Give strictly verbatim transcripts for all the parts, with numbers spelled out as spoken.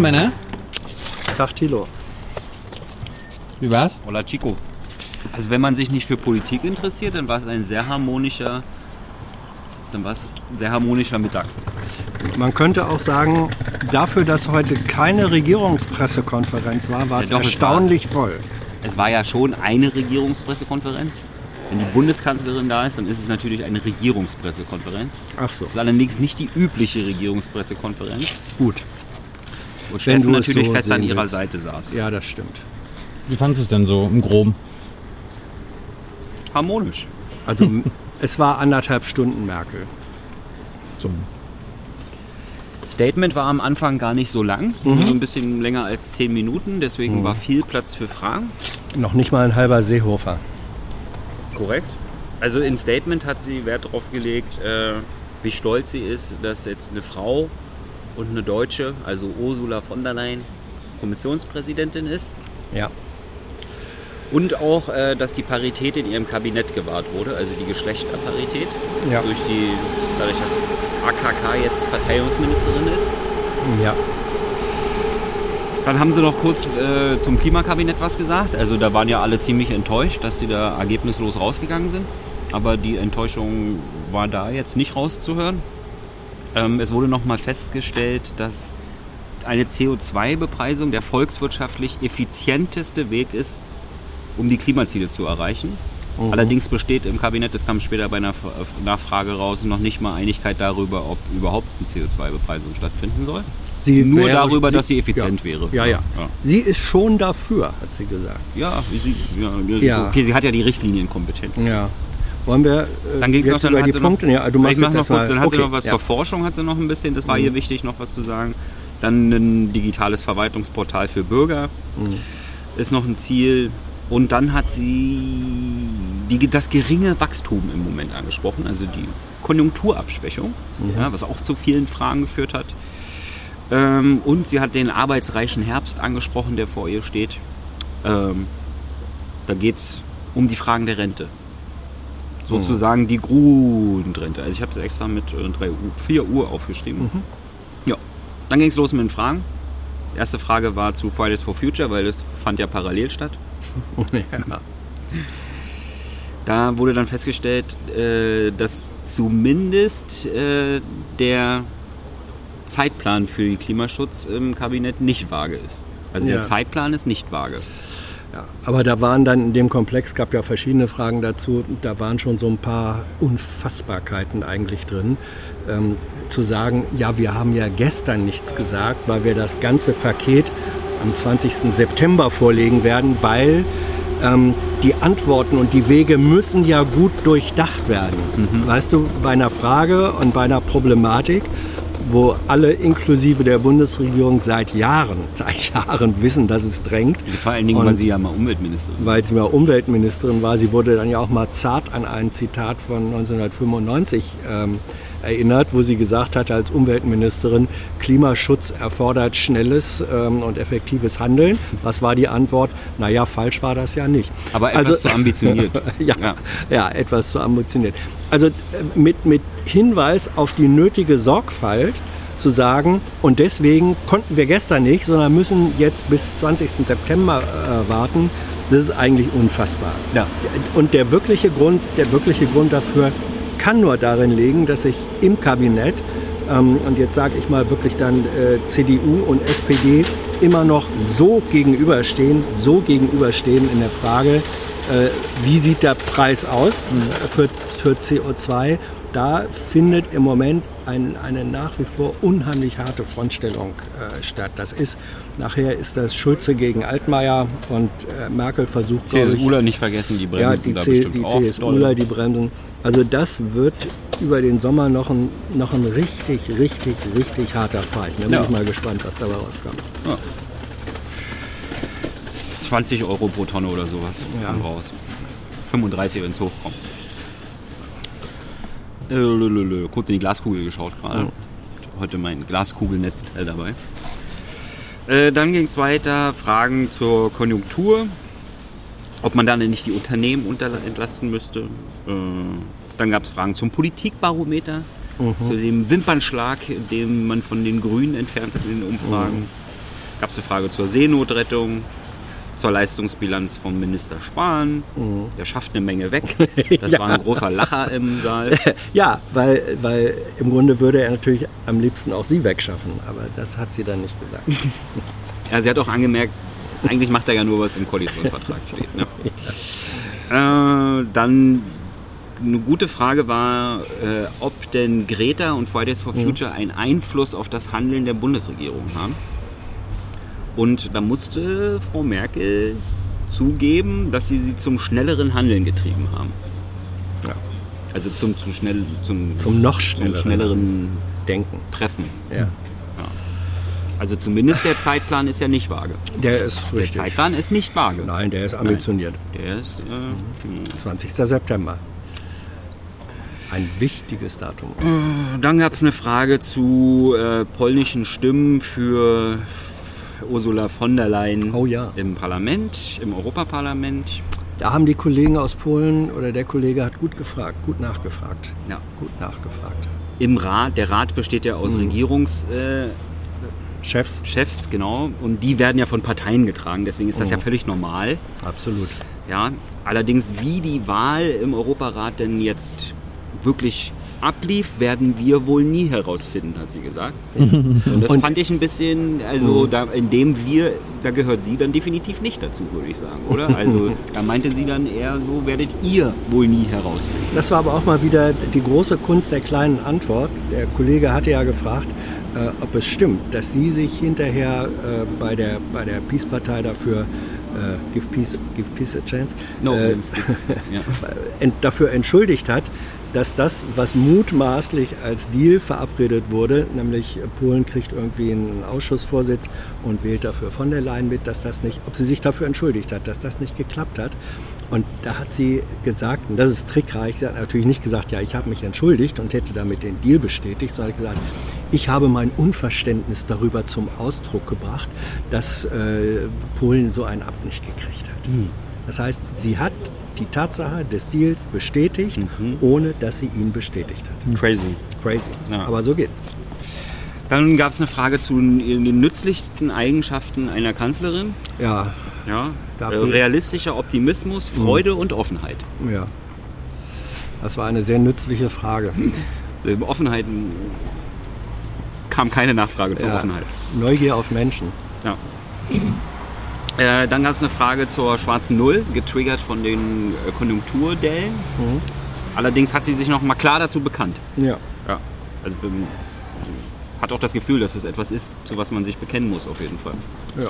Männer. Tag, Thilo. Wie war's? Hola, Chico. Also wenn man sich nicht für Politik interessiert, dann war es ein sehr harmonischer, dann war es ein sehr harmonischer Mittag. Man könnte auch sagen, dafür, dass heute keine Regierungspressekonferenz war, war es Ja, doch, es erstaunlich voll. Es war ja schon eine Regierungspressekonferenz. Wenn die Bundeskanzlerin da ist, dann ist es natürlich eine Regierungspressekonferenz. Ach so. Es ist allerdings nicht die übliche Regierungspressekonferenz. Gut. Wo Wenn Steffen du es natürlich so fest an sehen ihrer willst. Seite saß. Ja, das stimmt. Wie fandest du es denn so im Groben? Harmonisch. Also es war anderthalb Stunden Merkel. So. Statement war am Anfang gar nicht so lang, Mhm. nur so ein bisschen länger als zehn Minuten. Deswegen Mhm. war viel Platz für Fragen. Noch nicht mal ein halber Seehofer. Korrekt. Also im Statement hat sie Wert darauf gelegt, äh, wie stolz sie ist, dass jetzt eine Frau und eine Deutsche, also Ursula von der Leyen, Kommissionspräsidentin ist. Ja. Und auch, äh, dass die Parität in ihrem Kabinett gewahrt wurde, also die Geschlechterparität. Ja. Durch die, dadurch, dass A K K jetzt Verteidigungsministerin ist. Ja. Dann haben sie noch kurz äh, zum Klimakabinett was gesagt. Also da waren ja alle ziemlich enttäuscht, dass sie da ergebnislos rausgegangen sind. Aber die Enttäuschung war da jetzt nicht rauszuhören. Ähm, es wurde nochmal festgestellt, dass eine C O zwei Bepreisung der volkswirtschaftlich effizienteste Weg ist, um die Klimaziele zu erreichen. Mhm. Allerdings besteht im Kabinett, das kam später bei einer Nachfrage raus, noch nicht mal Einigkeit darüber, ob überhaupt eine C O zwei Bepreisung stattfinden soll. Sie Nur wäre- darüber, sie, dass sie effizient ja. wäre. Ja, ja, Ja. Sie ist schon dafür, hat sie gesagt. Ja, sie, ja, Ja. okay, sie hat ja die Richtlinienkompetenz. Ja. Wollen wir äh, Dann ging es noch, jetzt dann über hat die sie Punkte? noch, Ja, du machst ich mach jetzt noch erstmal. kurz, dann hat okay. sie noch was ja. zur Forschung, hat sie noch ein bisschen, das war Mhm. ihr wichtig, noch was zu sagen. Dann ein digitales Verwaltungsportal für Bürger Mhm. ist noch ein Ziel. Und dann hat sie die, das geringe Wachstum im Moment angesprochen, also die Konjunkturabschwächung, Mhm. ja, was auch zu vielen Fragen geführt hat. Ähm, und sie hat den arbeitsreichen Herbst angesprochen, der vor ihr steht. Ähm, da geht es um die Fragen der Rente. Sozusagen die Grundrente. Also ich habe es extra mit äh, drei Uhr, vier Uhr aufgeschrieben. Mhm. Ja. Dann ging es los mit den Fragen. Die erste Frage war zu Fridays for Future, weil das fand ja parallel statt. Ja. Da wurde dann festgestellt, äh, dass zumindest äh, der Zeitplan für den Klimaschutz im Kabinett nicht vage ist. Also Ja. der Zeitplan ist nicht vage. Ja, aber da waren dann in dem Komplex, gab ja verschiedene Fragen dazu, da waren schon so ein paar Unfassbarkeiten eigentlich drin. Ähm, zu sagen, ja, wir haben ja gestern nichts gesagt, weil wir das ganze Paket am zwanzigsten September vorlegen werden, weil ähm, die Antworten und die Wege müssen ja gut durchdacht werden. Mhm. Weißt du, bei einer Frage und bei einer Problematik, wo alle inklusive der Bundesregierung seit Jahren, seit Jahren wissen, dass es drängt. Vor allen Dingen Und war sie ja mal Umweltministerin. weil sie mal Umweltministerin war. Sie wurde dann ja auch mal zart an ein Zitat von neunzehnhundertfünfundneunzig ähm, erinnert, wo sie gesagt hatte als Umweltministerin, Klimaschutz erfordert schnelles ähm, und effektives Handeln. Was war die Antwort? Naja, falsch war das ja nicht. Aber etwas Also- zu ambitioniert. ja, Ja. ja. etwas zu ambitioniert. Also äh, mit, mit Hinweis auf die nötige Sorgfalt zu sagen, und deswegen konnten wir gestern nicht, sondern müssen jetzt bis zwanzigsten September äh, warten, das ist eigentlich unfassbar. Ja. Und der wirkliche Grund, der wirkliche Grund dafür kann nur darin liegen, dass sich im Kabinett, ähm, und jetzt sage ich mal wirklich dann äh, C D U und S P D, immer noch so gegenüberstehen, so gegenüberstehen in der Frage, äh, wie sieht der Preis aus äh, für, für C O zwei. Da findet im Moment ein, eine nach wie vor unheimlich harte Frontstellung äh, statt. Das ist, nachher ist das Schulze gegen Altmaier und äh, Merkel versucht, glaube ich, CSUler nicht vergessen, die ja, bremsen die, da C, bestimmt die auch CSUler, doll. die bremsen. Also das wird über den Sommer noch ein, noch ein richtig, richtig, richtig harter Fight. Da bin Ja. ich mal gespannt, was dabei rauskommt. Ja. zwanzig Euro pro Tonne oder sowas Ja. kommt raus. fünfunddreißig, wenn es hochkommt. Äh, lö, lö, lö. Kurz in die Glaskugel geschaut gerade. Mhm. Heute mein Glaskugelnetzteil dabei. Äh, dann ging es weiter. Fragen zur Konjunktur. Ob man dann nicht die Unternehmen unter entlasten müsste. Äh, dann gab es Fragen zum Politikbarometer. Mhm. Zu dem Wimpernschlag, den man von den Grünen entfernt ist in den Umfragen. gab es eine Frage zur Seenotrettung, zur Leistungsbilanz vom Minister Spahn. Mhm. Der schafft eine Menge weg. Das ja. war ein großer Lacher im Saal. Ja, weil, weil im Grunde würde er natürlich am liebsten auch sie wegschaffen, aber das hat sie dann nicht gesagt. Ja, sie hat auch angemerkt, eigentlich macht er ja nur, was im Koalitionsvertrag steht. Ne? Ja. Äh, dann eine gute Frage war, äh, ob denn Greta und Fridays for Future mhm. einen Einfluss auf das Handeln der Bundesregierung haben. Und da musste Frau Merkel zugeben, dass sie sie zum schnelleren Handeln getrieben haben. Ja. Also zum, zum, schnell, zum, zum noch schnelleren, zum schnelleren Denken. Treffen. Ja. Ja. Also zumindest der Zeitplan ist ja nicht vage. Der ist richtig. Der Zeitplan ist nicht vage. Nein, der ist ambitioniert. Nein, der ist äh, zwanzigster September. Ein wichtiges Datum. Dann gab es eine Frage zu äh, polnischen Stimmen für Ursula von der Leyen oh, ja. im Parlament, im Europaparlament. Da haben die Kollegen aus Polen oder der Kollege hat gut gefragt, gut nachgefragt. Ja. Gut nachgefragt. Im Rat, der Rat besteht ja aus mhm. Regierungs... Äh, Chefs. Chefs, genau. Und die werden ja von Parteien getragen, deswegen ist das mhm. ja völlig normal. Absolut. Ja, allerdings, wie die Wahl im Europarat denn jetzt wirklich ablief, werden wir wohl nie herausfinden, hat sie gesagt. Und das und fand ich ein bisschen, also da, in dem wir, da gehört sie dann definitiv nicht dazu, würde ich sagen, oder? Also da meinte sie dann eher so, werdet ihr wohl nie herausfinden. Das war aber auch mal wieder die große Kunst der kleinen Antwort. Der Kollege hatte ja gefragt, äh, ob es stimmt, dass sie sich hinterher äh, bei der, bei der Peace-Partei dafür äh, give, peace, give Peace a Chance no, äh, ja. ent, dafür entschuldigt hat, dass das, was mutmaßlich als Deal verabredet wurde, nämlich Polen kriegt irgendwie einen Ausschussvorsitz und wählt dafür von der Leyen mit, dass das nicht, ob sie sich dafür entschuldigt hat, dass das nicht geklappt hat. Und da hat sie gesagt, und das ist trickreich, sie hat natürlich nicht gesagt, ja, ich habe mich entschuldigt und hätte damit den Deal bestätigt, sondern gesagt, ich habe mein Unverständnis darüber zum Ausdruck gebracht, dass äh, Polen so einen Ab nicht gekriegt hat. Mhm. Das heißt, sie hat die Tatsache des Deals bestätigt, mhm. ohne dass sie ihn bestätigt hat. Crazy. Crazy. Ja. Aber so geht's. Dann gab es eine Frage zu den nützlichsten Eigenschaften einer Kanzlerin. Ja. Ja. Äh, realistischer Optimismus, Freude mhm. und Offenheit. Ja. Das war eine sehr nützliche Frage. Also, Offenheit kam keine Nachfrage zur ja. Offenheit. Neugier auf Menschen. Ja. Äh, dann gab es eine Frage zur schwarzen Null, getriggert von den äh, Konjunkturdellen. Mhm. Allerdings hat sie sich noch mal klar dazu bekannt. Ja. ja. Also ähm, hat auch das Gefühl, dass es etwas ist, zu was man sich bekennen muss, auf jeden Fall.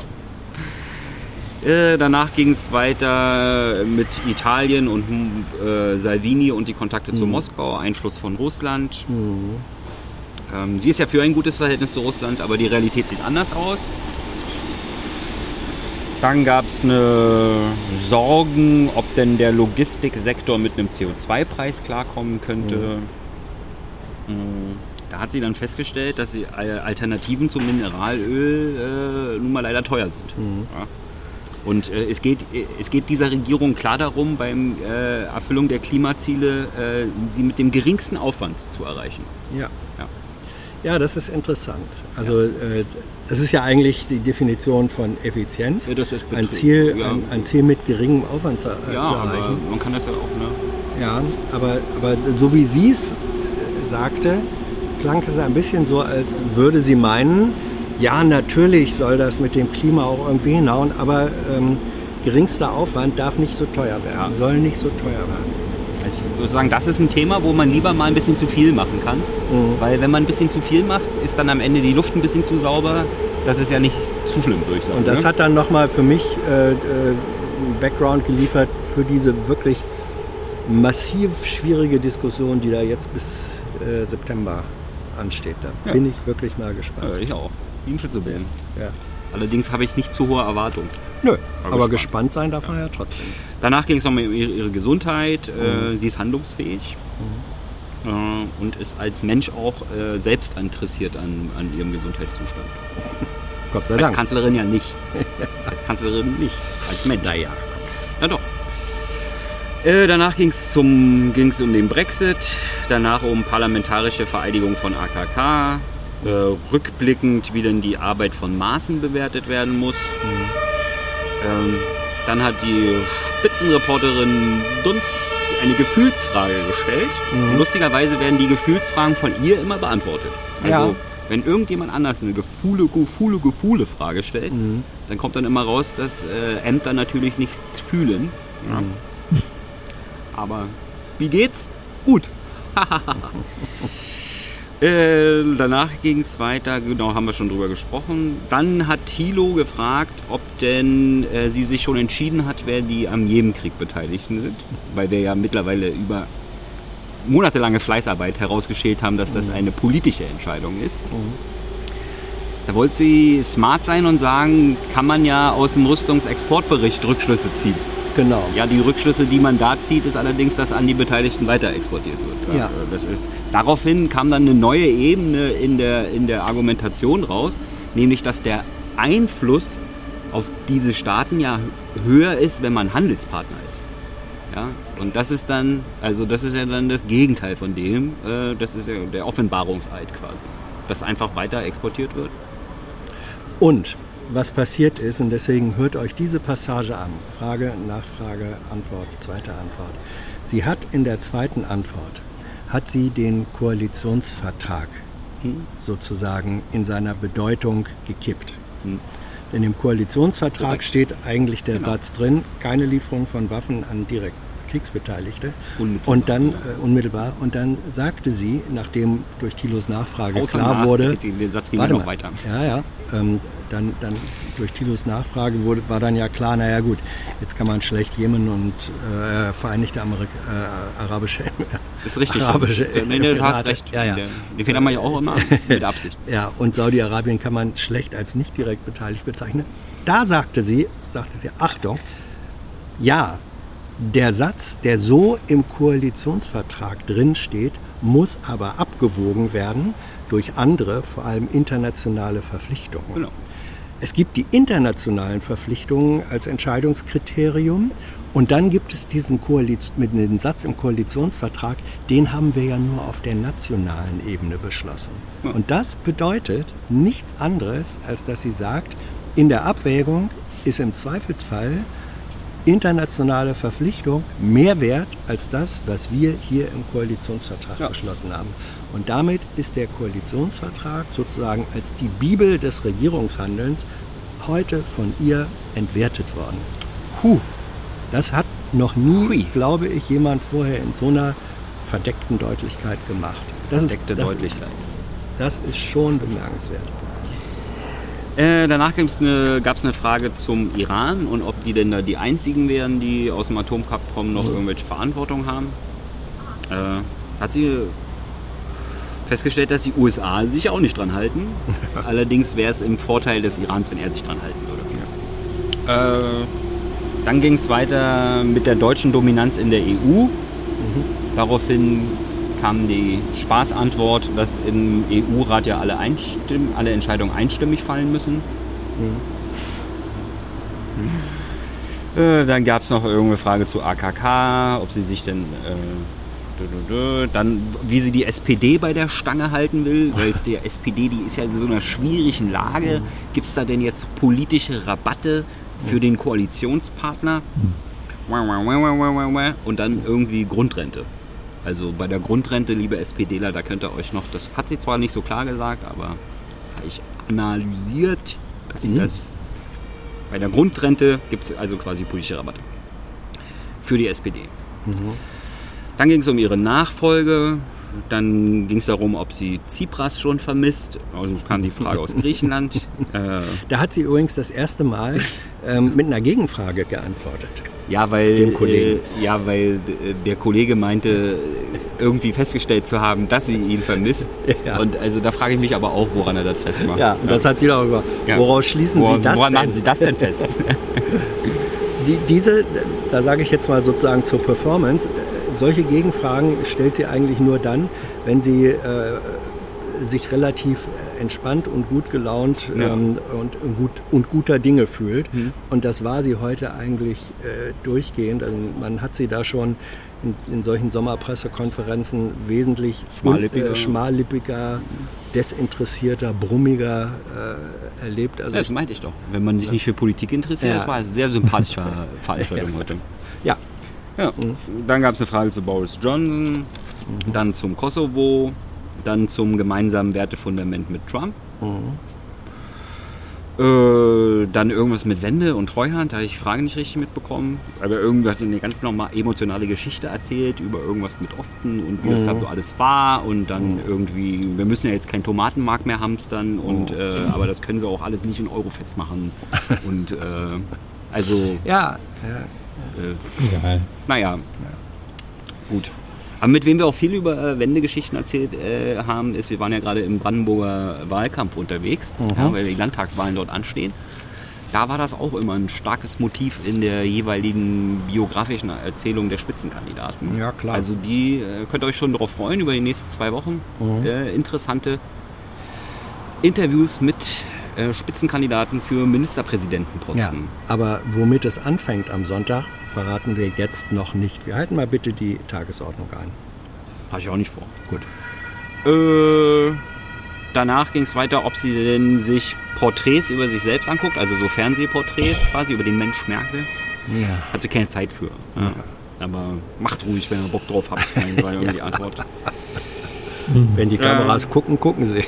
Ja. Äh, danach ging es weiter mit Italien und äh, Salvini und die Kontakte mhm. zu Moskau, Einfluss von Russland. Mhm. Ähm, sie ist ja für ein gutes Verhältnis zu Russland, aber die Realität sieht anders aus. Dann gab es eine Sorgen, ob denn der Logistiksektor mit einem C O zwei Preis klarkommen könnte. Mhm. Da hat sie dann festgestellt, dass die Alternativen zum Mineralöl äh, nun mal leider teuer sind. Mhm. Ja. Und äh, es, geht, es geht dieser Regierung klar darum, beim äh, Erfüllung der Klimaziele äh, sie mit dem geringsten Aufwand zu erreichen. Ja. Ja. Ja, das ist interessant. Also ja. äh, das ist ja eigentlich die Definition von Effizienz. Ja, das ist ein, Ziel, ja. ein, ein Ziel mit geringem Aufwand zu, äh, ja, zu erreichen. Aber man kann das ja auch, ne? Ja, aber, aber so wie sie es äh, sagte, klang es ein bisschen so, als würde sie meinen, ja, natürlich soll das mit dem Klima auch irgendwie hinhauen, aber ähm, geringster Aufwand darf nicht so teuer werden, ja. soll nicht so teuer werden. Also ich würde sagen, das ist ein Thema, wo man lieber mal ein bisschen zu viel machen kann. Mhm. Weil wenn man ein bisschen zu viel macht, ist dann am Ende die Luft ein bisschen zu sauber. Das ist ja nicht zu schlimm, würde ich sagen. Und das ne? hat dann nochmal für mich äh, äh, einen Background geliefert für diese wirklich massiv schwierige Diskussion, die da jetzt bis äh, September ansteht. Da ja. bin ich wirklich mal gespannt. Ja, ich auch. Wie ein Flitzebogen. Ja. Allerdings habe ich nicht zu hohe Erwartungen. Nö, aber, aber gespannt. gespannt sein darf man ja, ja trotzdem. Danach ging es nochmal um ihre, ihre Gesundheit. Mhm. Äh, sie ist handlungsfähig mhm. äh, und ist als Mensch auch äh, selbst interessiert an, an ihrem Gesundheitszustand. Gott sei als Dank. Als Kanzlerin ja nicht. Als Kanzlerin nicht. Als Mensch. Naja. Na doch. Äh, danach ging es um den Brexit. Danach um parlamentarische Vereidigung von A K K. äh, rückblickend, wie denn die Arbeit von Maaßen bewertet werden muss. Mhm. Ähm, dann hat die Spitzenreporterin Dunz eine Gefühlsfrage gestellt. Mhm. Lustigerweise werden die Gefühlsfragen von ihr immer beantwortet. Also ja. wenn irgendjemand anders eine Gefühle, Gefühle, Gefühle Frage stellt, mhm. dann kommt dann immer raus, dass äh, Ämter natürlich nichts fühlen. Ja. Mhm. Aber wie geht's? Gut. äh, danach ging es weiter, genau, haben wir schon drüber gesprochen. Dann hat Thilo gefragt, ob denn äh, sie sich schon entschieden hat, wer die am Jemenkrieg Beteiligten sind, weil wir ja mittlerweile über monatelange Fleißarbeit herausgeschält haben, dass das eine politische Entscheidung ist. Mhm. Da wollte sie smart sein und sagen, kann man ja aus dem Rüstungsexportbericht Rückschlüsse ziehen. Genau. Ja, die Rückschlüsse, die man da zieht, ist allerdings, dass an die Beteiligten weiter exportiert wird. Ja. Das ist, daraufhin kam dann eine neue Ebene in der, in der Argumentation raus, nämlich, dass der Einfluss auf diese Staaten ja höher ist, wenn man Handelspartner ist. Ja, und das ist dann, also das ist ja dann das Gegenteil von dem, äh, das ist ja der Offenbarungseid quasi, dass einfach weiter exportiert wird. Und was passiert ist, und deswegen hört euch diese Passage an, Frage, Nachfrage, Antwort, zweite Antwort. Sie hat in der zweiten Antwort, hat sie den Koalitionsvertrag hm. sozusagen in seiner Bedeutung gekippt. Hm. Denn im Koalitionsvertrag Direkt. steht eigentlich der genau. Satz drin, keine Lieferung von Waffen an direkt Kriegsbeteiligte. Unmittelbar. Und dann, äh, unmittelbar. Und dann sagte sie, nachdem durch Thilos Nachfrage Außer klar nach, wurde... Den Satz ging noch weiter. Ja, ja. Ähm, dann, dann durch Thilos Nachfrage wurde, war dann ja klar, naja gut, jetzt kann man schlecht Jemen und äh, Vereinigte Amerik äh, Arabische ist richtig. Arabische so. Nee, du hast recht. Ja, ja. Den Fehler mache ich auch immer mit Absicht. Ja, und Saudi-Arabien kann man schlecht als nicht direkt beteiligt bezeichnen. Da sagte sie, sagte sie, Achtung, ja, der Satz, der so im Koalitionsvertrag drin steht, muss aber abgewogen werden durch andere, vor allem internationale Verpflichtungen. Genau. Es gibt die internationalen Verpflichtungen als Entscheidungskriterium und dann gibt es diesen Koaliz- mit dem Satz im Koalitionsvertrag, den haben wir ja nur auf der nationalen Ebene beschlossen. Ja. Und das bedeutet nichts anderes, als dass sie sagt, in der Abwägung ist im Zweifelsfall internationale Verpflichtung mehr wert als das, was wir hier im Koalitionsvertrag ja. beschlossen haben. Und damit ist der Koalitionsvertrag sozusagen als die Bibel des Regierungshandelns heute von ihr entwertet worden. Puh, das hat noch nie, Hui. glaube ich, jemand vorher in so einer verdeckten Deutlichkeit gemacht. Das Verdeckte ist, das Deutlichkeit. Ist, das ist schon bemerkenswert. Äh, danach gab es eine, eine Frage zum Iran und ob die denn da die einzigen wären, die aus dem Atomabkommen noch mhm. irgendwelche Verantwortung haben. Äh, hat sie festgestellt, dass die U S A sich auch nicht dran halten. Allerdings wäre es im Vorteil des Irans, wenn er sich dran halten würde. Ja. Äh, dann ging es weiter mit der deutschen Dominanz in der E U. Mhm. Daraufhin kam die Spaßantwort, dass im E U-Rat ja alle, einstimm- alle Entscheidungen einstimmig fallen müssen. Mhm. Äh, dann gab es noch irgendeine Frage zu A K K, ob sie sich denn... Äh, Dann, wie sie die S P D bei der Stange halten will, weil es der S P D, die ist ja in so einer schwierigen Lage. Gibt es da denn jetzt politische Rabatte für den Koalitionspartner? Und dann irgendwie Grundrente. Also bei der Grundrente, liebe SPDler, da könnt ihr euch noch, das hat sie zwar nicht so klar gesagt, aber das habe ich analysiert, dass sie mhm. das, bei der Grundrente gibt es also quasi politische Rabatte für die S P D. Mhm. Dann ging es um ihre Nachfolge, dann ging es darum, ob sie Tsipras schon vermisst. Also kam die Frage aus Griechenland. äh, da hat sie übrigens das erste Mal ähm, mit einer Gegenfrage geantwortet. Ja, weil, dem Kollegen. Äh, ja, weil äh, der Kollege meinte, irgendwie festgestellt zu haben, dass sie ihn vermisst. Ja. Und also da frage ich mich aber auch, woran er das festmacht. Ja, und ja. das hat sie darüber. Ja. Woraus schließen Wor- Sie das woran denn? machen Sie das denn fest? Die, diese, da sage ich jetzt mal sozusagen zur Performance, solche Gegenfragen stellt sie eigentlich nur dann, wenn sie äh, sich relativ entspannt und gut gelaunt ja. ähm, und, und, gut, und guter Dinge fühlt. Mhm. Und das war sie heute eigentlich äh, durchgehend. Also man hat sie da schon in, in solchen Sommerpressekonferenzen wesentlich Schmallippiger, un, äh, schmallippiger desinteressierter, brummiger äh, erlebt. Also das meinte ich doch. Wenn man sich nicht für Politik interessiert, Ja. das war eine sehr sympathische Veranstaltung heute. ja, Ja. Dann gab es eine Frage zu Boris Johnson, dann zum Kosovo, dann zum gemeinsamen Wertefundament mit Trump. Äh, dann irgendwas mit Wende und Treuhand, da habe ich die Frage nicht richtig mitbekommen. Aber irgendwas eine ganz normal emotionale Geschichte erzählt über irgendwas mit Osten und wie das da so alles war. Und dann irgendwie, wir müssen ja jetzt keinen Tomatenmark mehr hamstern, und, äh, aber das können sie auch alles nicht in Euro festmachen. Und äh, also, ja, ja. äh, Egal. naja, gut. Aber mit wem wir auch viel über äh, Wendegeschichten erzählt äh, haben, ist, wir waren ja gerade im Brandenburger Wahlkampf unterwegs, ja, weil die Landtagswahlen dort anstehen. Da war das auch immer ein starkes Motiv in der jeweiligen biografischen Erzählung der Spitzenkandidaten. Ja, klar. Also die äh, könnt ihr euch schon darauf freuen, über die nächsten zwei Wochen. Mhm. Äh, interessante Interviews mit äh, Spitzenkandidaten für Ministerpräsidentenposten. Ja, aber womit es anfängt am Sonntag, verraten wir jetzt noch nicht. Wir halten mal bitte die Tagesordnung ein. Habe ich auch nicht vor. Gut. Äh, danach ging es weiter, ob sie denn sich Porträts über sich selbst anguckt, also so Fernsehporträts quasi über den Mensch Merkel. Ja. Hat sie keine Zeit für. Ja. Aber macht ruhig, wenn ihr Bock drauf habt, war irgendwie die Antwort. Wenn die Kameras Ähm. gucken, gucken sie.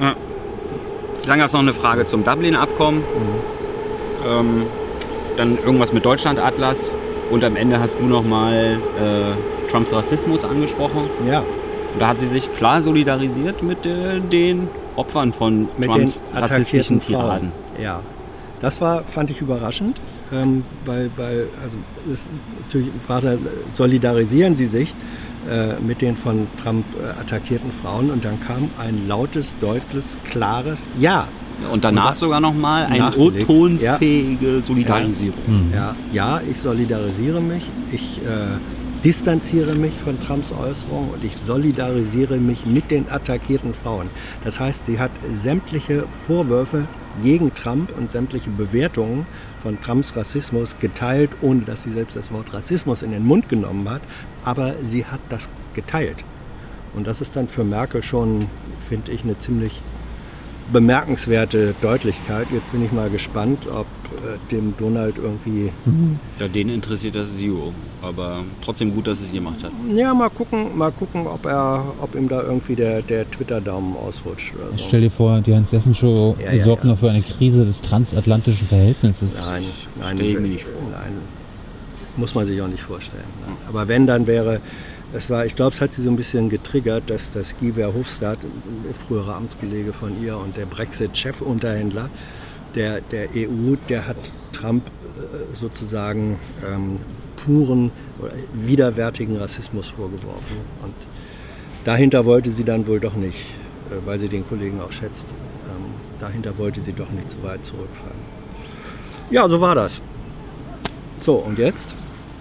Dann gab es noch eine Frage zum Dublin-Abkommen. Ähm, dann irgendwas mit Deutschland-Atlas. Und am Ende hast du nochmal äh, Trumps Rassismus angesprochen. Ja, Und da hat sie sich klar solidarisiert mit äh, den Opfern von mit Trumps den rassistischen attackierten Frauen. Tiraden. Ja, das war, fand ich überraschend, ähm, weil, weil also es, natürlich war da, solidarisieren sie sich äh, mit den von Trump äh, attackierten Frauen, und dann kam ein lautes, deutliches, klares Ja. Und danach Und da- sogar nochmal eine nachgelegt. O-tonfähige Solidarisierung. Ja, ja, ich solidarisiere mich, ich äh, distanziere mich von Trumps Äußerungen und ich solidarisiere mich mit den attackierten Frauen. Das heißt, sie hat sämtliche Vorwürfe gegen Trump und sämtliche Bewertungen von Trumps Rassismus geteilt, ohne dass sie selbst das Wort Rassismus in den Mund genommen hat, aber sie hat das geteilt. Und das ist dann für Merkel schon, finde ich, eine ziemlich bemerkenswerte Deutlichkeit. Jetzt bin ich mal gespannt, ob äh, dem Donald irgendwie... Ja, den interessiert das Zero. Aber trotzdem gut, dass es ihr gemacht hat. Ja, mal gucken, mal gucken, ob er, ob ihm da irgendwie der, der Twitter-Daumen ausrutscht oder so. Stell dir vor, die Hans-Jessen-Show Ja, ja, sorgt ja. noch für eine Krise des transatlantischen Verhältnisses. Nein, nein, stell ich mir nicht vor. nein, muss man sich auch nicht vorstellen. Nein. Aber wenn, dann wäre, es war, ich glaube, es hat sie so ein bisschen getriggert, dass das Guy Verhofstadt, ein früherer Amtskollege von ihr und der Brexit-Chefunterhändler der, der E U, der hat Trump äh, sozusagen ähm, puren oder widerwärtigen Rassismus vorgeworfen. Und dahinter wollte sie dann wohl doch nicht, äh, weil sie den Kollegen auch schätzt, ähm, dahinter wollte sie doch nicht so weit zurückfallen. Ja, so war das. So, und jetzt?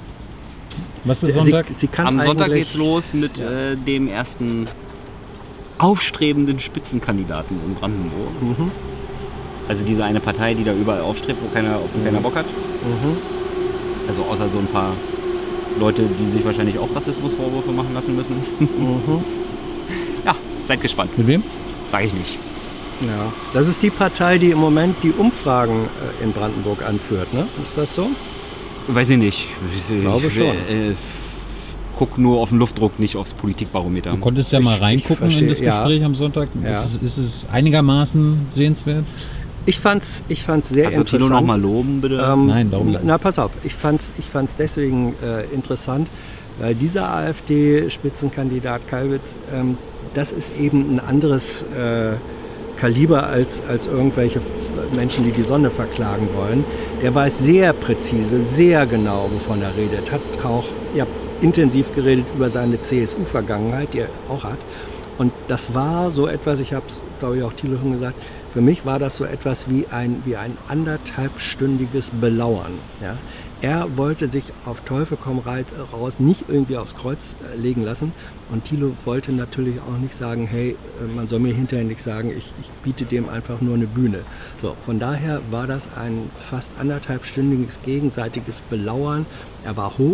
Was ist Sie, Sonntag? sie kann Am Sonntag eigentlich- geht's los mit Ja. äh, dem ersten aufstrebenden Spitzenkandidaten in Brandenburg. Mhm. Also diese eine Partei, die da überall aufstrebt, wo keiner, auf die keiner Bock hat. Mhm. Also außer so ein paar Leute, die sich wahrscheinlich auch Rassismusvorwürfe machen lassen müssen. Mhm. Ja, seid gespannt. Mit wem? Sag ich nicht. Ja. Das ist die Partei, die im Moment die Umfragen äh, in Brandenburg anführt, ne? Ist das so? Weiß ich nicht. Ich glaube schon. Äh, guck nur auf den Luftdruck, nicht aufs Politikbarometer. Du konntest ja Ich- mal ich reingucken verstehe, in das ja. Gespräch am Sonntag. Ja. Ist, es, ist es einigermaßen sehenswert? Ich fand's, ich fand's sehr Also Tilo interessant. nochmal loben, bitte. Ähm, Nein, darum nicht. Na, pass auf, ich fand's, ich fand's deswegen äh, interessant, weil dieser AfD-Spitzenkandidat Kalbitz, ähm, das ist eben ein anderes äh, Kaliber als, als irgendwelche Menschen, die die Sonne verklagen wollen. Der weiß sehr präzise, sehr genau, wovon er redet. Hat auch ja, intensiv geredet über seine C S U-Vergangenheit, die er auch hat. Und das war so etwas, ich habe es, glaube ich, auch Thilo schon gesagt, für mich war das so etwas wie ein, wie ein anderthalbstündiges Belauern. Ja? Er wollte sich auf Teufel komm raus nicht irgendwie aufs Kreuz legen lassen. Und Thilo wollte natürlich auch nicht sagen, hey, man soll mir hinterher nicht sagen, ich, ich biete dem einfach nur eine Bühne. So, von daher war das ein fast anderthalbstündiges gegenseitiges Belauern. Er war hoch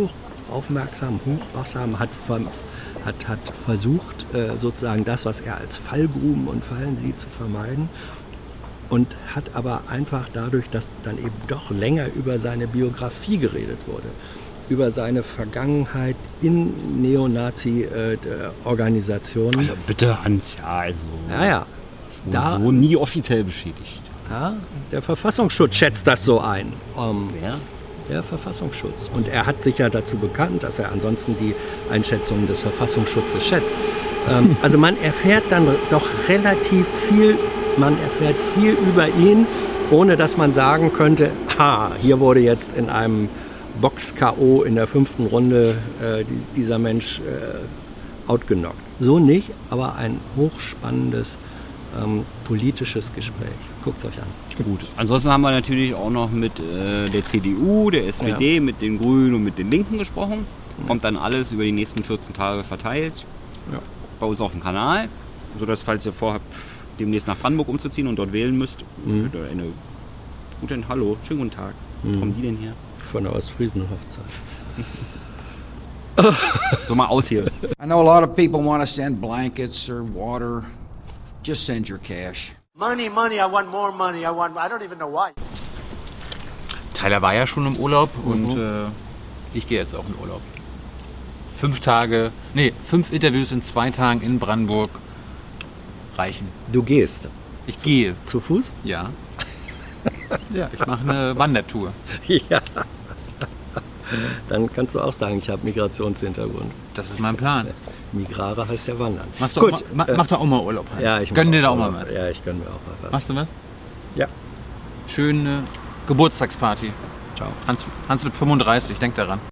aufmerksam, hochwachsam, hat, ver, hat, hat versucht, äh, sozusagen das, was er als Fallgruben und Fallen sieht, zu vermeiden. Und hat aber einfach dadurch, dass dann eben doch länger über seine Biografie geredet wurde, über seine Vergangenheit in Neonazi-Organisationen. Also bitte, Hans, ja, also ja, ja. Da, so nie offiziell bestätigt. Ja, der Verfassungsschutz schätzt das so ein. Um, Wer? Der Verfassungsschutz. Und er hat sich ja dazu bekannt, dass er ansonsten die Einschätzungen des Verfassungsschutzes schätzt. Ähm, also man erfährt dann doch relativ viel, man erfährt viel über ihn, ohne dass man sagen könnte, ha, hier wurde jetzt in einem Box-K O in der fünften Runde äh, die, dieser Mensch äh, outgenockt. So nicht, aber ein hochspannendes ähm, politisches Gespräch. Guckt es euch an. Gut. Ansonsten haben wir natürlich auch noch mit äh, der C D U, der S P D, ja. mit den Grünen und mit den Linken gesprochen. Kommt dann alles über die nächsten vierzehn Tage verteilt ja. bei uns auf dem Kanal, sodass, falls ihr vorhabt, demnächst nach Brandenburg umzuziehen und dort wählen müsst, mhm. könnt ihr eine guten Hallo, schönen guten Tag. Wo mhm. kommen Sie denn her? Von der Ostfriesen-Hochzeit. So mal aus hier. I know a lot of people want to send blankets or water. Just send your cash. Money, money, I want more money. I want, I don't even know why. Tyler war ja schon im Urlaub mhm. und äh, ich gehe jetzt auch in Urlaub. Fünf Tage, nee, fünf Interviews in zwei Tagen in Brandenburg reichen. Du gehst? Ich gehe. Zu Fuß? Ja. Ja, ich mache eine Wandertour. Ja. Dann kannst du auch sagen, ich habe Migrationshintergrund. Das ist mein Plan. Migrare heißt ja wandern. Machst du Gut, auch mal, ma, mach doch auch mal Urlaub. Halt. Ja, ich gönn dir da auch mal mal was. Ja, ich gönn mir auch mal was. Machst du was? Ja. Schöne Geburtstagsparty. Ciao. Hans, Hans wird fünfunddreißig, denk daran.